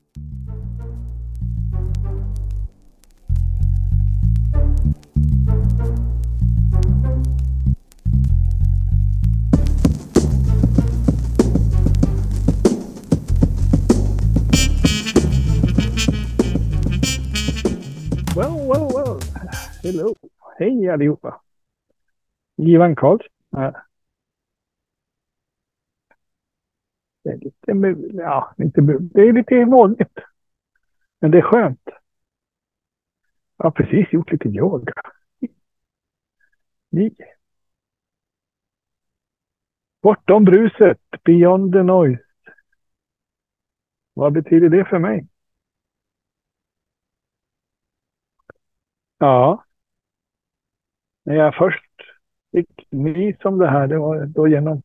Well. Hello. Hej allihopa. Ivan Karls. Det är det är lite vanligt. Men det är skönt. Jag har precis gjort lite yoga. Bortom bruset, beyond the noise. Vad betyder det för mig? Ja, när jag först fick nys om det här, det var då genom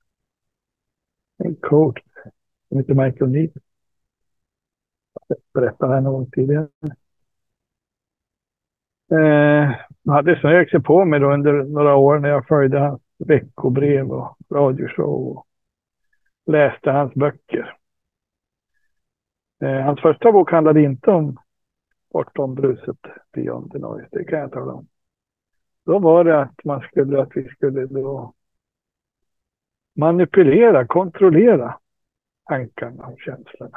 en coach som heter Michael Neal. Jag berättade här någon tidigare. Jag hade sökt sig på mig då under några år när jag följde hans veckobrev och radioshow och läste hans böcker. Hans första bok handlade inte om bortom bruset, beyond the noise, det kan jag tala om. Då var det att vi skulle då manipulera, kontrollera tankarna och känslorna.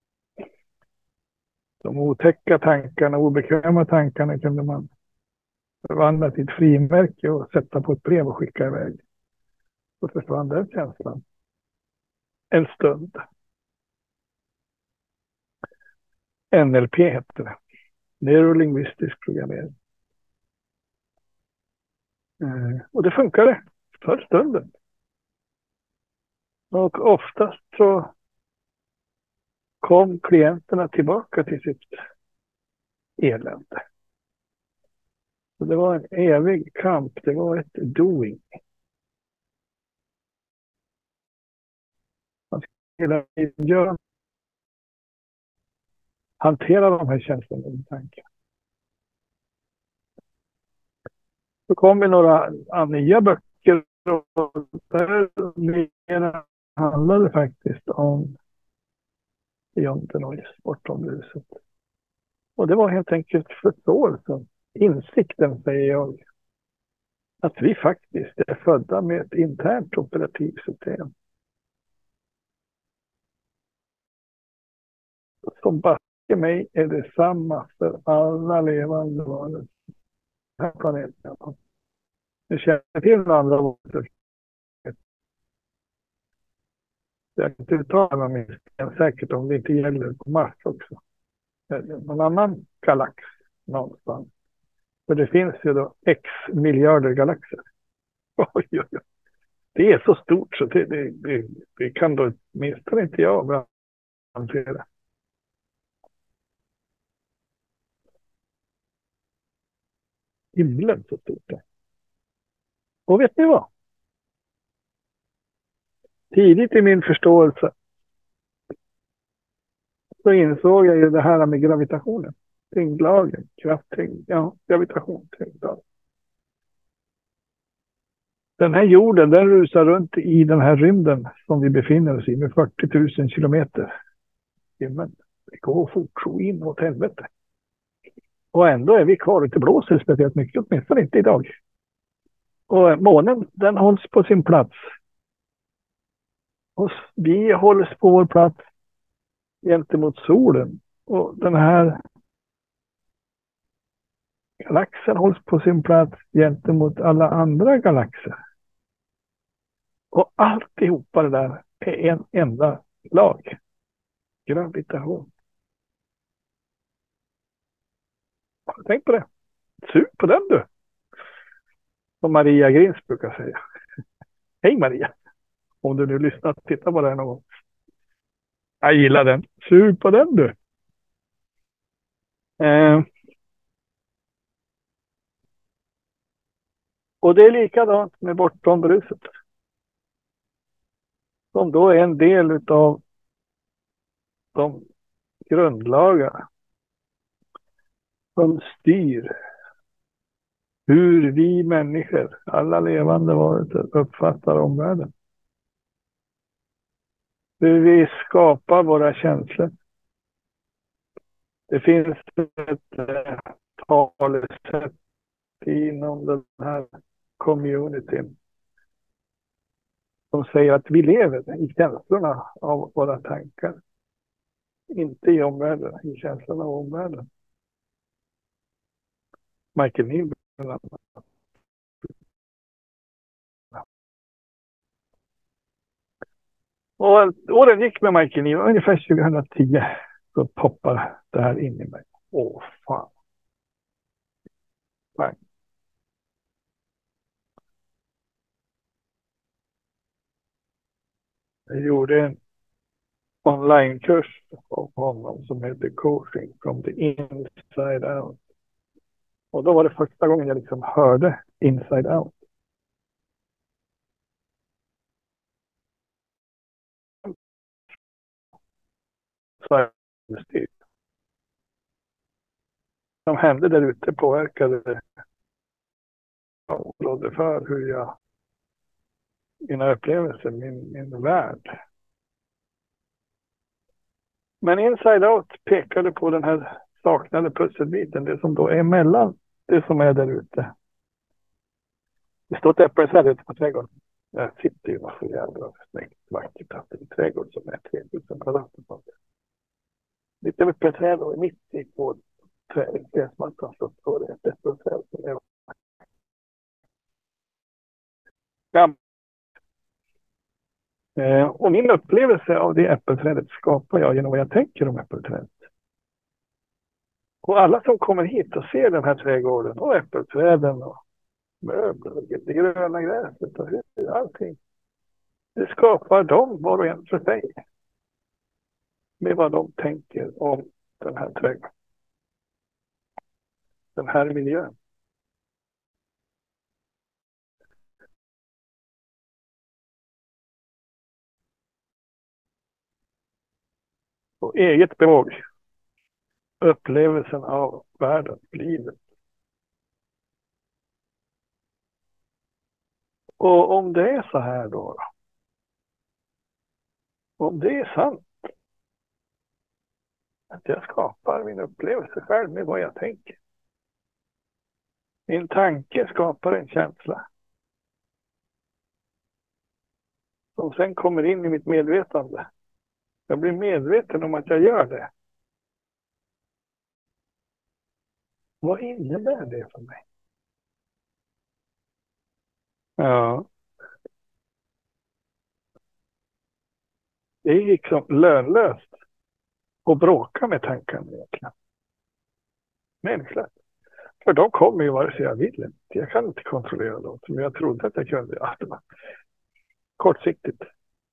De otäcka tankarna, obekväma tankarna kunde man förvandla till ett frimärke och sätta på ett brev och skicka iväg. Så försvann den känslan en stund. NLP heter det. Neurolingvistisk programmering. Och det funkade för stunden. Och oftast så kom klienterna tillbaka till sitt elände. Så det var en evig kamp. Det var ett doing. Man ska hela tiden hantera de här känslorna och tankarna. Så kom vi några nya böcker och där handlade faktiskt om beyond the noise, bortom bruset. Och det var helt enkelt förståelsen, insikten säger jag, att vi faktiskt är födda med ett internt operativsystem som backar mig är detsamma för alla levande varelser på den här planeten. Jag känner till några andra varelser. Jag kan inte uttala mig säkert om det inte gäller på Mars också. Någon annan galax någonstans. För det finns ju då x miljarder galaxer. Oj. Det är så stort så det kan då åtminstone inte jag hantera. Himlen så stort det. Och vet ni vad? Tidigt i min förståelse så insåg jag ju det här med gravitationen. Tyngdlagen, gravitation, tyngdlag. Den här jorden, den rusar runt i den här rymden som vi befinner oss i med 40 000 kilometer. Men det går fort så in åt helvete. Och ändå är vi kvar, inte blåser speciellt mycket, åtminstone inte idag. Och månen, den hålls på sin plats. Och vi hålls på vår plats gentemot solen. Och den här galaxen hålls på sin plats gentemot alla andra galaxer. Och alltihopa det där är en enda lag. Gravitation. Tänk på det. Sug på den du. Som Maria Grins brukar säga. Hej Maria. Om du nu lyssnar, titta på den någon gång. Jag gillar den. Sug på den du. Och det är likadant med bortom bruset. Som då är en del av de grundlagar som styr hur vi människor, alla levande varelser, uppfattar omvärlden. Hur vi skapar våra känslor. Det finns ett talesätt inom den här communityn som säger att vi lever i känslorna av våra tankar. Inte i omvärlden, i känslorna av omvärlden. Michael Neal. Och åren gick med Michael Neal, ungefär 2010 så poppar det här in i mig. Åh fan. Nej. Jag gjorde en onlinekurs av honom som heter Coaching from the Inside Out. Och då var det första gången jag liksom hörde Inside Out. Så det som hände där ute påverkade och rådde för hur jag, mina upplevelser, min värld. Men Inside Out pekade på den här saknade pusselbiten, det som då är mellan det som är där ute. Det står ett äppelträd ute på trädgården. Jag sitter ju så jävla snyggt, vackert haft en trädgård som är 3000 kvadratmeter. Lite äppelträd och mitt i på gräsmattan så står det ett äppelträd som är gammalt. Och min upplevelse av det äppelträdet skapar jag genom vad jag tänker om äppelträdet. Och alla som kommer hit och ser den här trädgården och äppelträden och möbler och det gröna gräset och allting. Det skapar dem var och en för sig. Med vad de tänker om den här trädgården. Den här miljön. Och eget bevåg. Upplevelsen av världen, livet. Och om det är så här då. Om det är sant. Att jag skapar min upplevelse själv med vad jag tänker. Min tanke skapar en känsla. Som sen kommer in i mitt medvetande. Jag blir medveten om att jag gör det. Vad innebär det för mig? Ja. Det är liksom lönlöst att bråka med tankarna egentligen. Meningslöst. För de kommer ju vare sig jag vill. Jag kan inte kontrollera dem som jag trodde att jag kunde. Ja, det var kortsiktigt.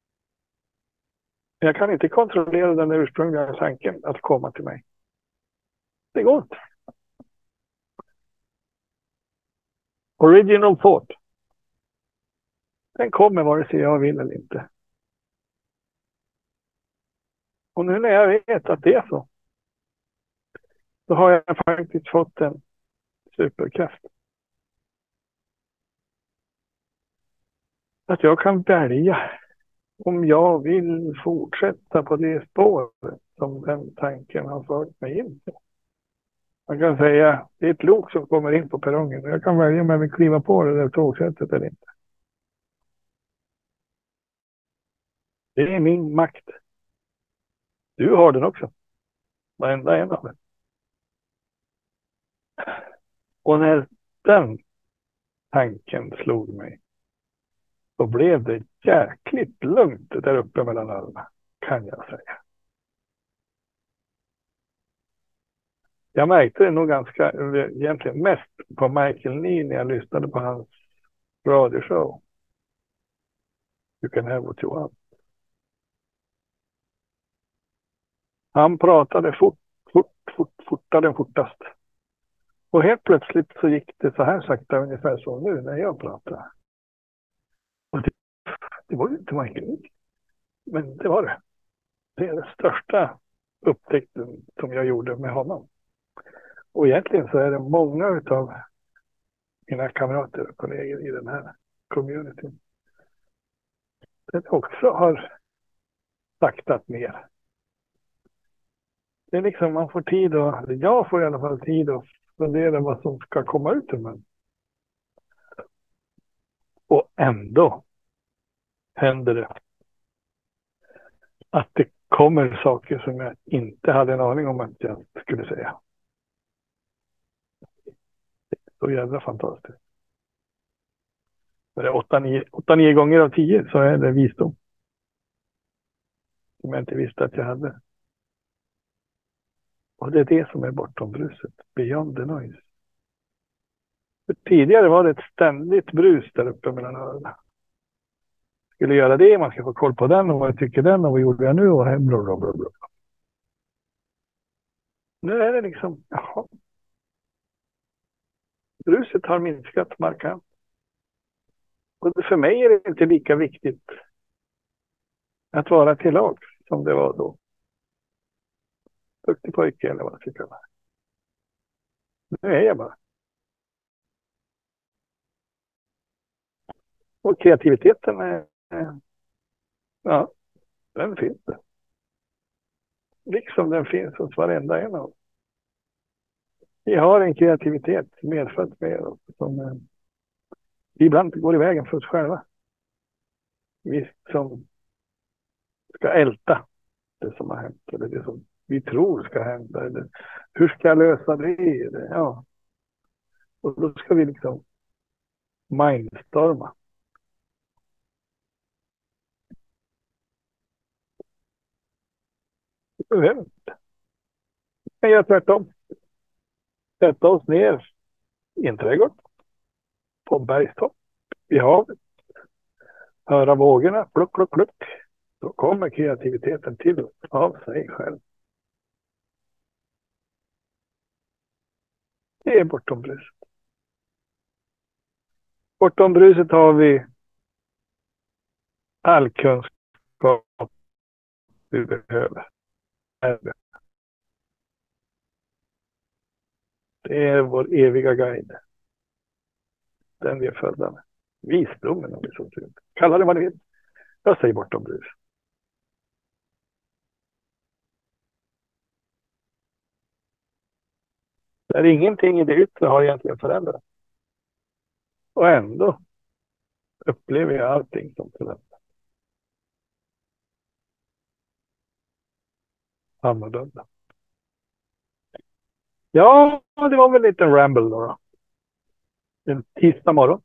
Jag kan inte kontrollera den ursprungliga tanken att komma till mig. Det går inte. Original thought. Den kommer vare sig jag vill eller inte. Och nu när jag vet att det är så. Då har jag faktiskt fått en superkraft. Att jag kan välja om jag vill fortsätta på det spåret som den tanken har fört mig in på. Man kan säga, det är ett lok som kommer in på perrongen. Jag kan välja om jag vill kliva på det där tågsättet eller inte. Det är min makt. Du har den också. Varenda en av den. Och när den tanken slog mig, då blev det jäkligt lugnt där uppe mellan öronen, kan jag säga. Jag märkte det nog ganska, egentligen mest på Michael Neal när jag lyssnade på hans radioshow. You can have what you want. Han pratade fortare än fortast. Och helt plötsligt så gick det så här sakta ungefär som nu när jag pratar. Och det var ju inte Michael Neal. Men det var det. Det är den största upptäckten som jag gjorde med honom. Och egentligen så är det många av mina kamrater och kollegor i den här communityn som också har saktat ner. Det är liksom man får tid och jag får i alla fall tid att fundera vad som ska komma ut ur mig. Och ändå händer det att det kommer saker som jag inte hade en aning om att jag skulle säga. Så jävla fantastiskt. Men det är 8-9 gånger av 10 så är det visdom. Som jag inte visste att jag hade. Och det är det som är bortom bruset. Beyond the noise. För tidigare var det ett ständigt brus där uppe mellan öronen. Skulle göra det, man ska få koll på den och vad jag tycker den och vad gjorde jag nu och blablabla. Nu är det liksom, jaha. Bruset har minskat markant. Och för mig är det inte lika viktigt att vara till lag som det var då. Duktig pojke eller vad jag tycker. Nu är jag bara. Och kreativiteten är ja, den finns det. Liksom den finns hos varenda en av oss. Vi har en kreativitet medfödd med oss som ibland går i vägen för oss själva. Vi som ska älta det som har hänt eller det som vi tror ska hända. Eller hur ska jag lösa det? Eller, ja. Och då ska vi liksom mindstorma. Det behöver inte. Vi kan göra tvärtom. Sätta oss ner i en trädgård på en bergstopp i havet. Höra vågorna, pluck, pluck, pluck. Då kommer kreativiteten till av sig själv. Det är bortom bruset. Bortom bruset har vi all kunskap vi behöver. Det är vår eviga guide. Den vi är födda med. Visdomen om vi så tror. Kalla det vad ni vill. Jag säger bortom brus. Där ingenting i det yttre har egentligen förändrats. Och ändå upplever jag allting som förändras. Annorlunda. Ja, det var väl lite en ramble då. En tisdag morgon.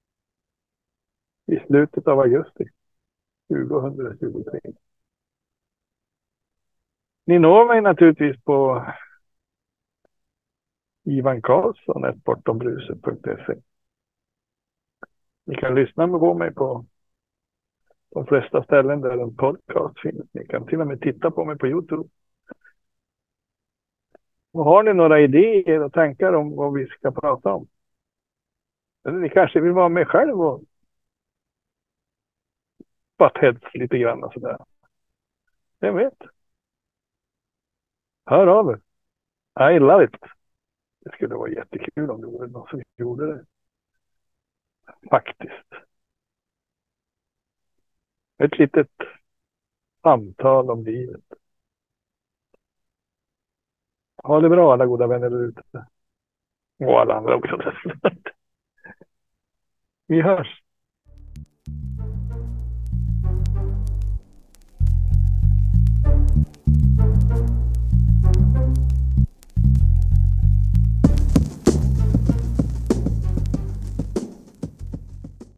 I slutet av augusti. 2023. Ni når mig naturligtvis på Ivan Karlsson bortombruset.se. Ni kan lyssna på mig på de flesta ställen där en podcast finns. Ni kan till och med titta på mig på YouTube. Och har ni några idéer och tankar om vad vi ska prata om? Eller ni kanske vill vara med själv och buttheads lite grann och sådär. Vem vet? Hör av er. I love it. Det skulle vara jättekul om det vore någon som gjorde det. Faktiskt. Ett litet samtal om livet. Ha det bra alla goda vänner där ute. Och alla andra också. Vi hörs.